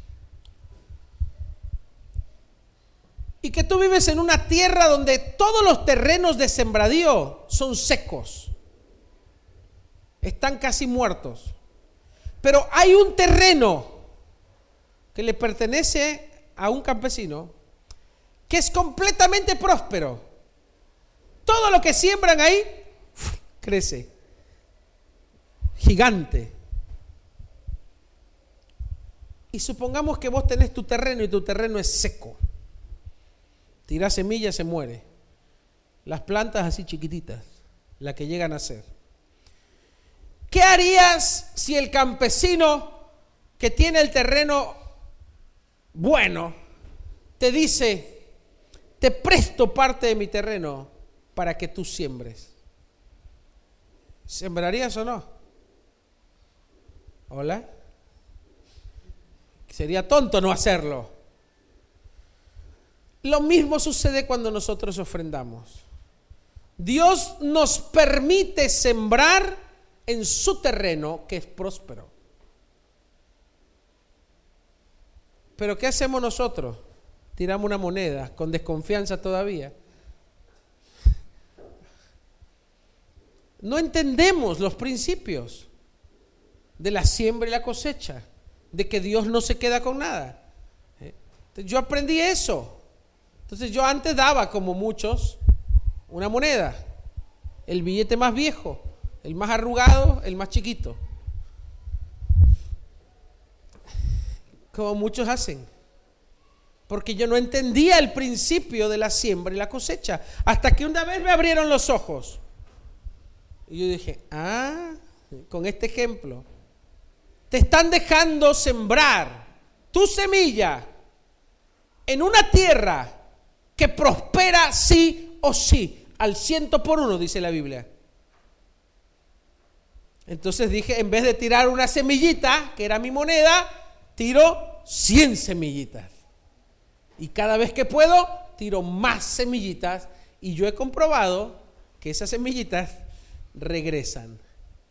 y que tú vives en una tierra donde todos los terrenos de sembradío son secos, están casi muertos, pero hay un terreno que le pertenece a un campesino que es completamente próspero. Todo lo que siembran ahí crece, gigante. Y supongamos que vos tenés tu terreno y tu terreno es seco. Tirás semillas, se muere. Las plantas así chiquititas, las que llegan a ser. ¿Qué harías si el campesino que tiene el terreno bueno te dice, te presto parte de mi terreno para que tú siembres? ¿Sembrarías o no? ¿Hola? Sería tonto no hacerlo. Lo mismo sucede cuando nosotros ofrendamos. Dios nos permite sembrar en su terreno que es próspero. Pero ¿qué hacemos nosotros? Tiramos una moneda con desconfianza todavía. No entendemos los principios de la siembra y la cosecha, de que Dios no se queda con nada. Yo aprendí eso. Entonces yo antes daba, como muchos, una moneda, el billete más viejo, el más arrugado, el más chiquito, como muchos hacen, porque yo no entendía el principio de la siembra y la cosecha, hasta que una vez me abrieron los ojos y yo dije, ah, con este ejemplo, te están dejando sembrar tu semilla en una tierra que prospera sí o sí, al ciento por uno, dice la Biblia. Entonces dije, en vez de tirar una semillita, que era mi moneda, tiro cien semillitas. Y cada vez que puedo, tiro más semillitas. Y yo he comprobado que esas semillitas regresan.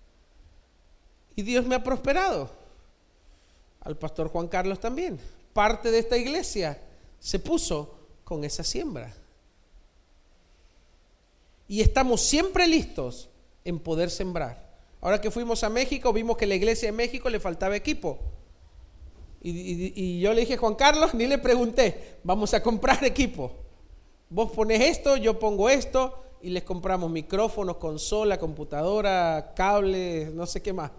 Y Dios me ha prosperado. Al pastor Juan Carlos también. Parte de esta iglesia se puso con esa siembra. Y estamos siempre listos en poder sembrar. Ahora que fuimos a México, vimos que la iglesia de México le faltaba equipo. Y, y, y yo le dije, Juan Carlos, ni le pregunté, vamos a comprar equipo. Vos pones esto, yo pongo esto, y les compramos micrófonos, consola, computadora, cables, no sé qué más.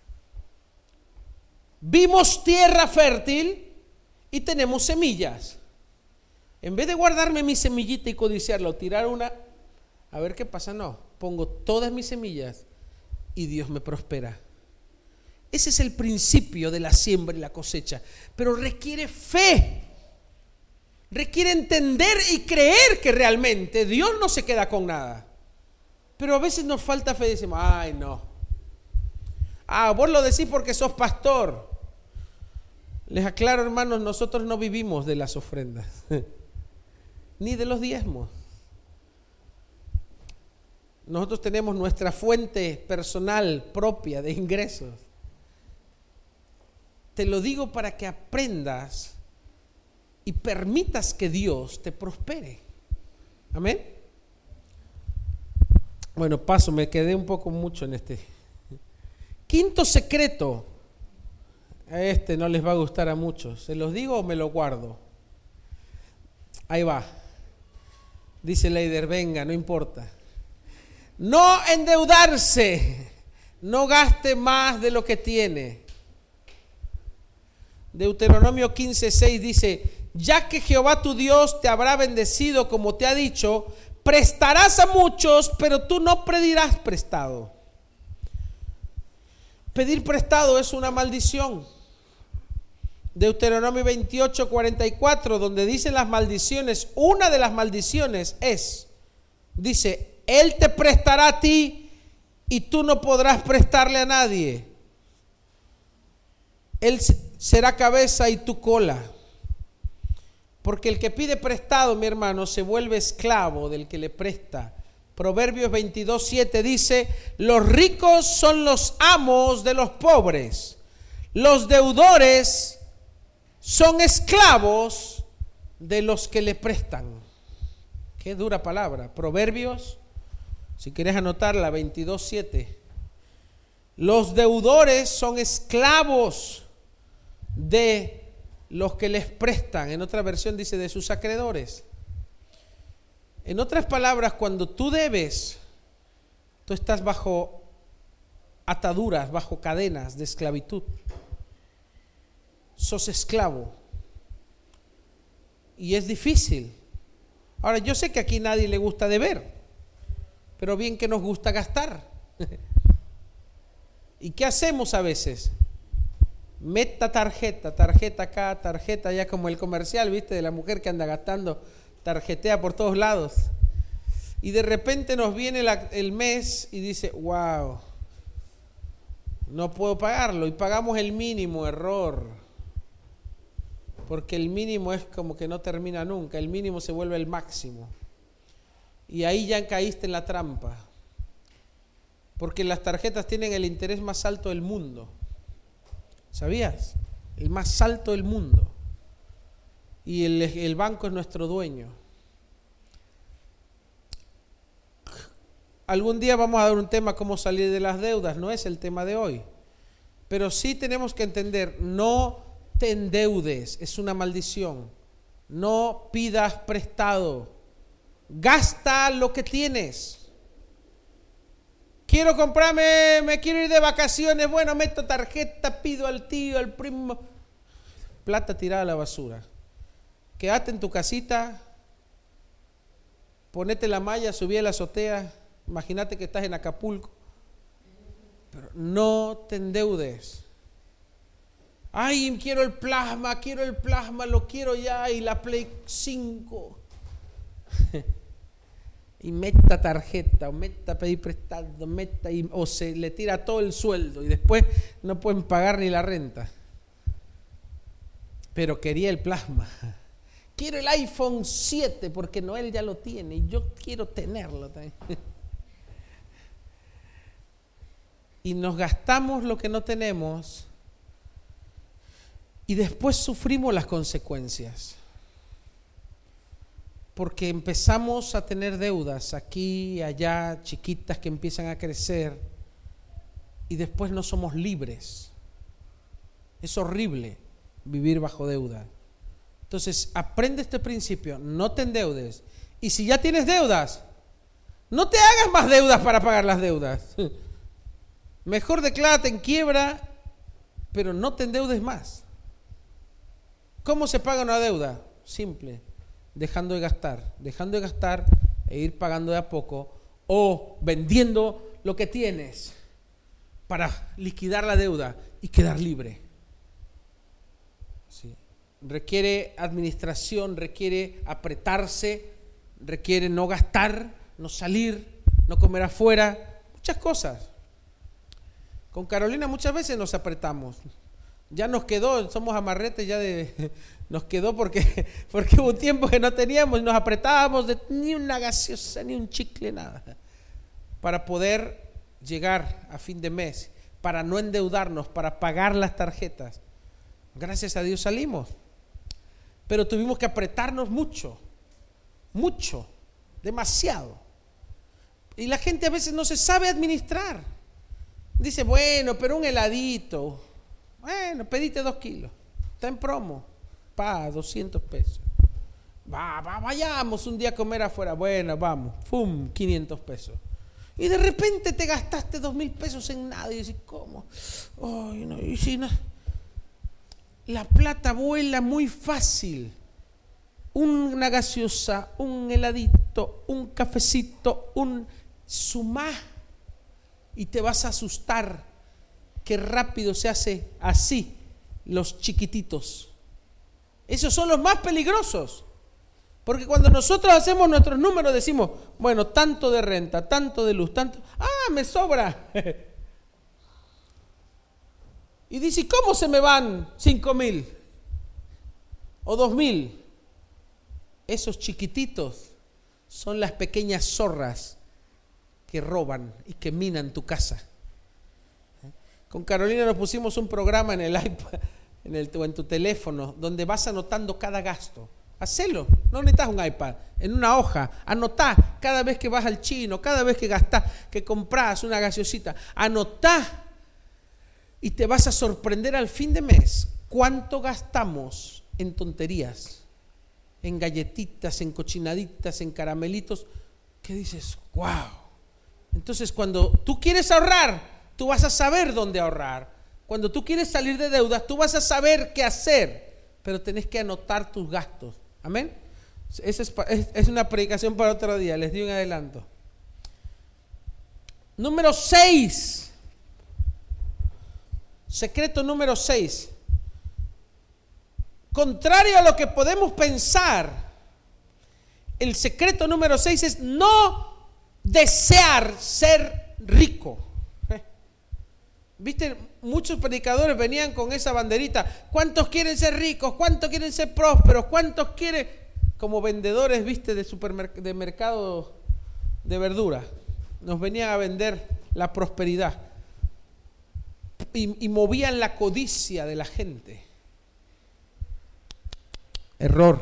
Vimos tierra fértil y tenemos semillas. En vez de guardarme mi semillita y codiciarla o tirar una, a ver qué pasa, no, pongo todas mis semillas y Dios me prospera. Ese es el principio de la siembra y la cosecha, pero requiere fe, requiere entender y creer que realmente Dios no se queda con nada. Pero a veces nos falta fe y decimos, ay no, ah, vos lo decís porque sos pastor. Les aclaro, hermanos, nosotros no vivimos de las ofrendas ni de los diezmos. Nosotros tenemos nuestra fuente personal propia de ingresos. Te lo digo para que aprendas y permitas que Dios te prospere. Amén. Bueno, paso, me quedé un poco mucho en este. Quinto secreto. A este no les va a gustar a muchos. ¿Se los digo o me lo guardo? Ahí va. Dice Leider, venga, no importa. No endeudarse. No gaste más de lo que tiene. Deuteronomio quince seis dice, ya que Jehová tu Dios te habrá bendecido como te ha dicho, prestarás a muchos, pero tú no pedirás prestado. Pedir prestado es una maldición. Deuteronomio veintiocho cuarenta y cuatro, donde dicen las maldiciones, una de las maldiciones es, dice, Él te prestará a ti y tú no podrás prestarle a nadie. Él será cabeza y tú cola. Porque el que pide prestado, mi hermano, se vuelve esclavo del que le presta. Proverbios veintidós siete dice, los ricos son los amos de los pobres. Los deudores son esclavos de los que le prestan. Qué dura palabra. Proverbios, si quieres anotarla, veintidós siete. Los deudores son esclavos de los que les prestan. En otra versión dice de sus acreedores. En otras palabras, cuando tú debes, tú estás bajo ataduras, bajo cadenas de esclavitud. Sos esclavo. Y es difícil. Ahora, yo sé que aquí nadie le gusta deber, pero bien que nos gusta gastar. ¿Y qué hacemos a veces? Meta tarjeta, tarjeta acá, tarjeta allá, como el comercial, ¿viste? De la mujer que anda gastando, tarjetea por todos lados. Y de repente nos viene la, el mes y dice, wow, no puedo pagarlo. Y pagamos el mínimo, error. Porque el mínimo es como que no termina nunca, el mínimo se vuelve el máximo. Y ahí ya caíste en la trampa. Porque las tarjetas tienen el interés más alto del mundo. ¿Sabías? El más alto del mundo. Y el, el banco es nuestro dueño. Algún día vamos a dar un tema cómo salir de las deudas, no es el tema de hoy. Pero sí tenemos que entender, no te endeudes, es una maldición. No pidas prestado. Gasta lo que tienes. Quiero comprarme, me quiero ir de vacaciones, bueno, meto tarjeta, pido al tío, al primo. Plata tirada a la basura. Quédate en tu casita, ponete la malla, subí a la azotea, imagínate que estás en Acapulco, pero no te endeudes. Ay, quiero el plasma, quiero el plasma, lo quiero ya, y la Play cinco. Y meta tarjeta, o meta pedir prestado, meta y, o se le tira todo el sueldo y después no pueden pagar ni la renta. Pero quería el plasma. Quiero el iPhone siete porque Noel ya lo tiene y yo quiero tenerlo también. Y nos gastamos lo que no tenemos y después sufrimos las consecuencias. Porque empezamos a tener deudas aquí y allá, chiquitas que empiezan a crecer y después no somos libres. Es horrible vivir bajo deuda. Entonces, aprende este principio, no te endeudes. Y si ya tienes deudas, no te hagas más deudas para pagar las deudas. Mejor declárate en quiebra, pero no te endeudes más. ¿Cómo se paga una deuda? Simple. Dejando de gastar, dejando de gastar e ir pagando de a poco o vendiendo lo que tienes para liquidar la deuda y quedar libre. Sí. Requiere administración, requiere apretarse, requiere no gastar, no salir, no comer afuera, muchas cosas. Con Carolina muchas veces nos apretamos. Ya nos quedó, somos amarretes ya de... Nos quedó porque, porque hubo un tiempo que no teníamos y nos apretábamos de ni una gaseosa, ni un chicle, nada. Para poder llegar a fin de mes, para no endeudarnos, para pagar las tarjetas. Gracias a Dios salimos. Pero tuvimos que apretarnos mucho, mucho, demasiado. Y la gente a veces no se sabe administrar. Dice, bueno, pero un heladito. Bueno, pedite dos kilos. Está en promo. Pa, doscientos pesos. Va, va, vayamos un día a comer afuera. Bueno, vamos. Fum, quinientos pesos. Y de repente te gastaste dos mil pesos en nada. Y dices, ¿cómo? Ay, no, y si no. La plata vuela muy fácil. Una gaseosa, un heladito, un cafecito, un sumá. Y te vas a asustar. Qué rápido se hace así los chiquititos. Esos son los más peligrosos. Porque cuando nosotros hacemos nuestros números decimos, bueno, tanto de renta, tanto de luz, tanto... ¡Ah, me sobra! Y dice, ¿cómo se me van cinco mil? O dos mil. Esos chiquititos son las pequeñas zorras que roban y que minan tu casa. Con Carolina nos pusimos un programa en el iPad, en el, o en tu teléfono, donde vas anotando cada gasto. Hacelo, no necesitas un iPad, en una hoja, anotá cada vez que vas al chino, cada vez que gastás, que compras una gaseosita, anotá y te vas a sorprender al fin de mes cuánto gastamos en tonterías, en galletitas, en cochinaditas, en caramelitos, que dices, wow. Entonces cuando tú quieres ahorrar, tú vas a saber dónde ahorrar. Cuando tú quieres salir de deudas, tú vas a saber qué hacer, pero tenés que anotar tus gastos. Amén. Esa es, es, es una predicación para otro día, les di un adelanto. Número seis. Secreto número seis. Contrario a lo que podemos pensar, el secreto número seis es no desear ser rico. ¿Viste? Muchos predicadores venían con esa banderita. ¿Cuántos quieren ser ricos? ¿Cuántos quieren ser prósperos? ¿Cuántos quieren? Como vendedores, ¿viste? De supermercado, de mercado de verdura. Nos venían a vender la prosperidad. Y, y movían la codicia de la gente. Error.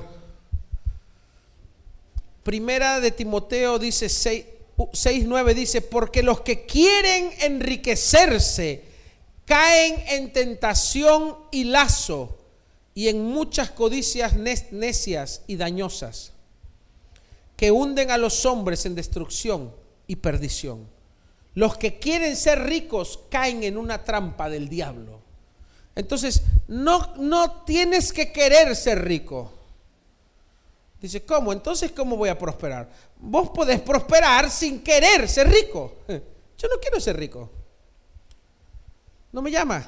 Primera de Timoteo dice seis nueve dice, porque los que quieren enriquecerse caen en tentación y lazo y en muchas codicias necias y dañosas que hunden a los hombres en destrucción y perdición. Los que quieren ser ricos caen en una trampa del diablo. Entonces, no, no tienes que querer ser rico. Dice, ¿cómo? Entonces, ¿cómo voy a prosperar? Vos podés prosperar sin querer ser rico. Yo no quiero ser rico. No me llama.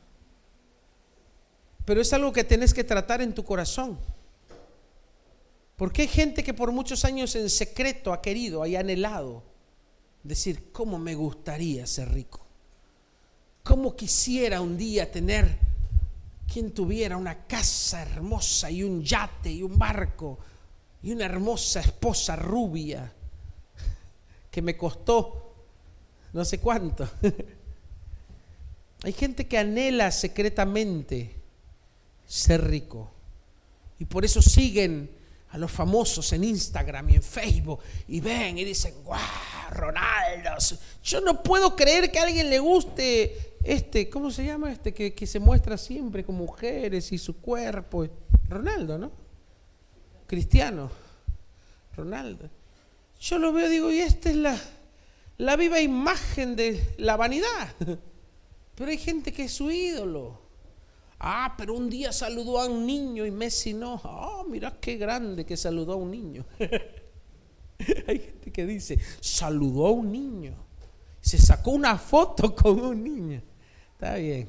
Pero es algo que tenés que tratar en tu corazón. Porque hay gente que por muchos años en secreto ha querido, ha anhelado decir, ¿cómo me gustaría ser rico? ¿Cómo quisiera un día tener, quien tuviera una casa hermosa y un yate y un barco y una hermosa esposa rubia que me costó no sé cuánto? Hay gente que anhela secretamente ser rico y por eso siguen a los famosos en Instagram y en Facebook y ven y dicen, ¡guau, Ronaldo! Yo no puedo creer que a alguien le guste este, ¿cómo se llama? Este que, que se muestra siempre con mujeres y su cuerpo. Ronaldo, ¿no? Cristiano. Ronaldo. Yo lo veo y digo, y esta es la, la viva imagen de la vanidad. Pero hay gente que es su ídolo. Ah, pero un día saludó a un niño y Messi no. Ah, oh, mira qué grande que saludó a un niño. Hay gente que dice, saludó a un niño. Se sacó una foto con un niño. Está bien.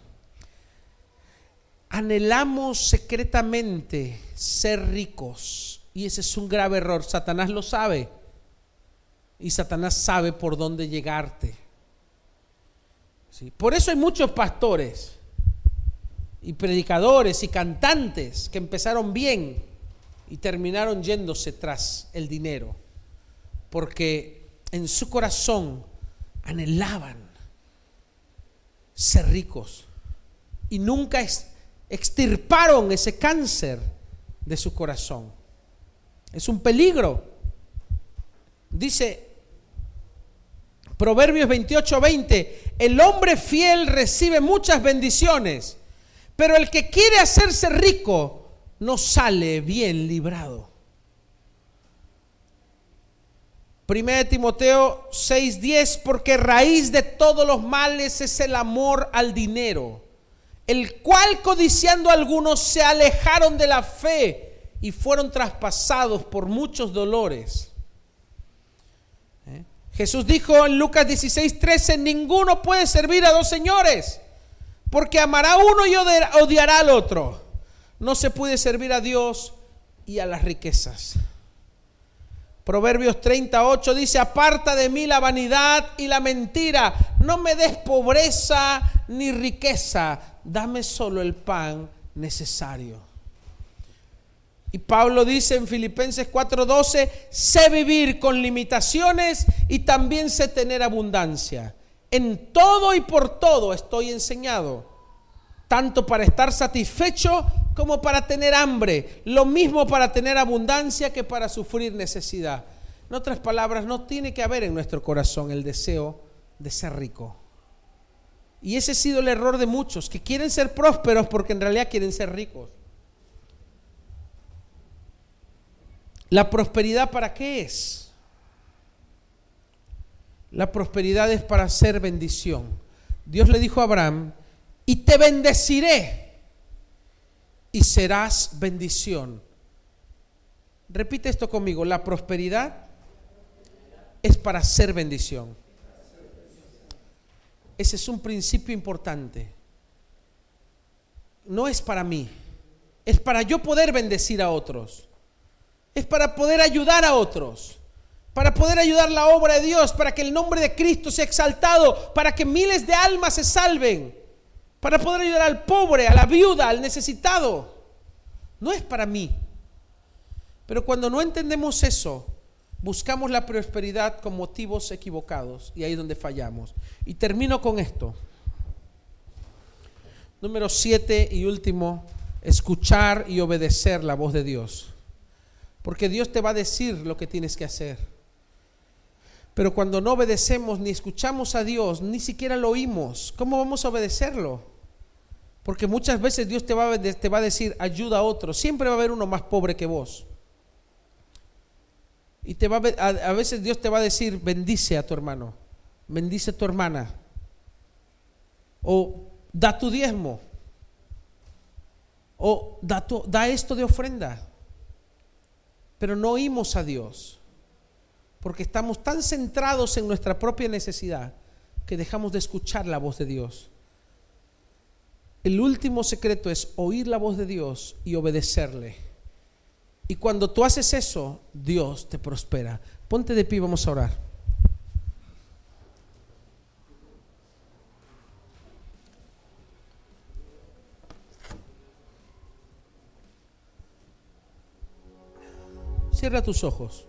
Anhelamos secretamente ser ricos. Y ese es un grave error. Satanás lo sabe. Y Satanás sabe por dónde llegarte. ¿Sí? Por eso hay muchos pastores y predicadores y cantantes que empezaron bien y terminaron yéndose tras el dinero, porque en su corazón anhelaban ser ricos y nunca extirparon ese cáncer de su corazón. Es un peligro. Dice Proverbios veintiocho veinte, el hombre fiel recibe muchas bendiciones, pero el que quiere hacerse rico no sale bien librado. Primera de Timoteo seis diez, porque raíz de todos los males es el amor al dinero, el cual codiciando algunos se alejaron de la fe y fueron traspasados por muchos dolores. ¿Eh? Jesús dijo en Lucas dieciséis trece, ninguno puede servir a dos señores, porque amará a uno y odiará al otro. No se puede servir a Dios y a las riquezas. Proverbios treinta ocho dice, aparta de mí la vanidad y la mentira. No me des pobreza ni riqueza. Dame solo el pan necesario. Y Pablo dice en Filipenses cuatro doce, sé vivir con limitaciones y también sé tener abundancia. En todo y por todo estoy enseñado, tanto para estar satisfecho como para tener hambre, lo mismo para tener abundancia que para sufrir necesidad. En otras palabras, no tiene que haber en nuestro corazón el deseo de ser rico. Y ese ha sido el error de muchos, que quieren ser prósperos porque en realidad quieren ser ricos. ¿La prosperidad para qué es? La prosperidad es para hacer bendición. Dios le dijo a Abraham, y te bendeciré y serás bendición. Repite esto conmigo, la prosperidad es para hacer bendición. Ese es un principio importante. no es para mí, es para yo poder bendecir a otros, es para poder ayudar a otros, para poder ayudar la obra de Dios, para que el nombre de Cristo sea exaltado, para que miles de almas se salven, para poder ayudar al pobre, a la viuda, al necesitado. No es para mí. Pero cuando no entendemos eso, buscamos la prosperidad con motivos equivocados, y ahí es donde fallamos. Y termino con esto. Número siete y último, escuchar y obedecer la voz de Dios. Porque Dios te va a decir lo que tienes que hacer. Pero cuando no obedecemos ni escuchamos a Dios, ni siquiera lo oímos, ¿cómo vamos a obedecerlo? Porque muchas veces Dios te va a, te va a decir, ayuda a otro. Siempre va a haber uno más pobre que vos. Y te va a, a veces Dios te va a decir, bendice a tu hermano, bendice a tu hermana, o da tu diezmo, o da, tu, da esto de ofrenda. Pero no oímos a Dios, porque estamos tan centrados en nuestra propia necesidad que dejamos de escuchar la voz de Dios. El último secreto es oír la voz de Dios y obedecerle. Y cuando tú haces eso, Dios te prospera. Ponte de pie, vamos a orar. Cierra tus ojos.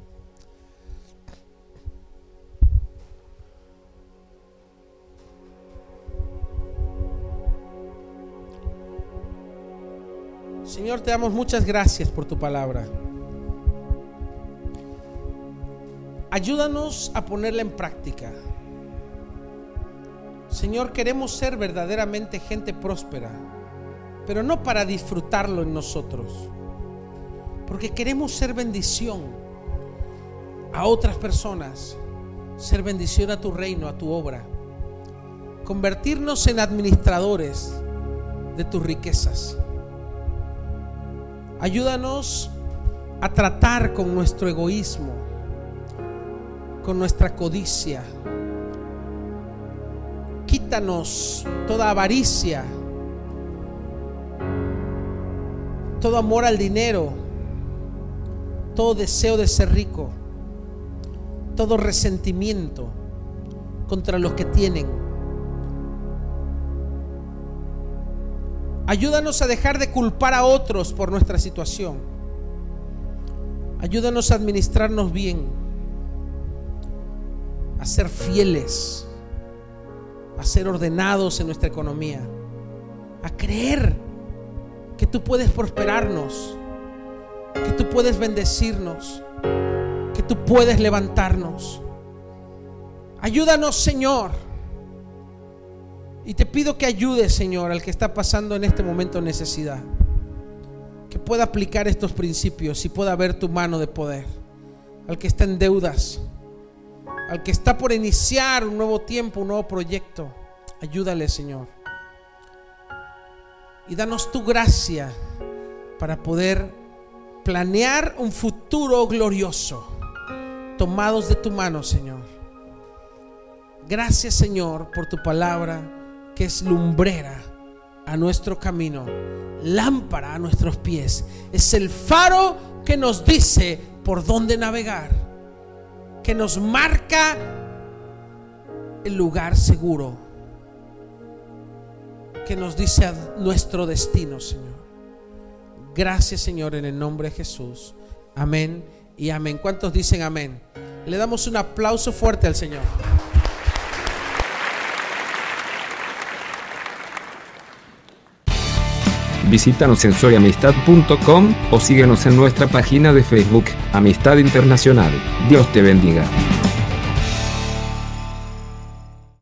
Señor, te damos muchas gracias por tu palabra. Ayúdanos a ponerla en práctica. Señor, queremos ser verdaderamente gente próspera, pero no para disfrutarlo en nosotros, porque queremos ser bendición a otras personas, ser bendición a tu reino, a tu obra, convertirnos en administradores de tus riquezas. Ayúdanos a tratar con nuestro egoísmo, con nuestra codicia. Quítanos toda avaricia, todo amor al dinero, todo deseo de ser rico, todo resentimiento contra los que tienen. Ayúdanos a dejar de culpar a otros por nuestra situación. Ayúdanos a administrarnos bien, a ser fieles, a ser ordenados en nuestra economía, a creer que tú puedes prosperarnos, que tú puedes bendecirnos, que tú puedes levantarnos. Ayúdanos, Señor. Y te pido que ayudes, Señor, al que está pasando en este momento necesidad, que pueda aplicar estos principios y pueda ver tu mano de poder. Al que está en deudas, al que está por iniciar un nuevo tiempo, un nuevo proyecto, ayúdale, Señor. Y danos tu gracia para poder planear un futuro glorioso, tomados de tu mano, Señor. Gracias, Señor, por tu palabra, que es lumbrera a nuestro camino, lámpara a nuestros pies. Es el faro que nos dice por dónde navegar, que nos marca el lugar seguro, que nos dice a nuestro destino, Señor. Gracias, Señor, en el nombre de Jesús. Amén y amén. ¿Cuántos dicen amén? Le damos un aplauso fuerte al Señor. Visítanos en soy amistad punto com o síguenos en nuestra página de Facebook, Amistad Internacional. Dios te bendiga.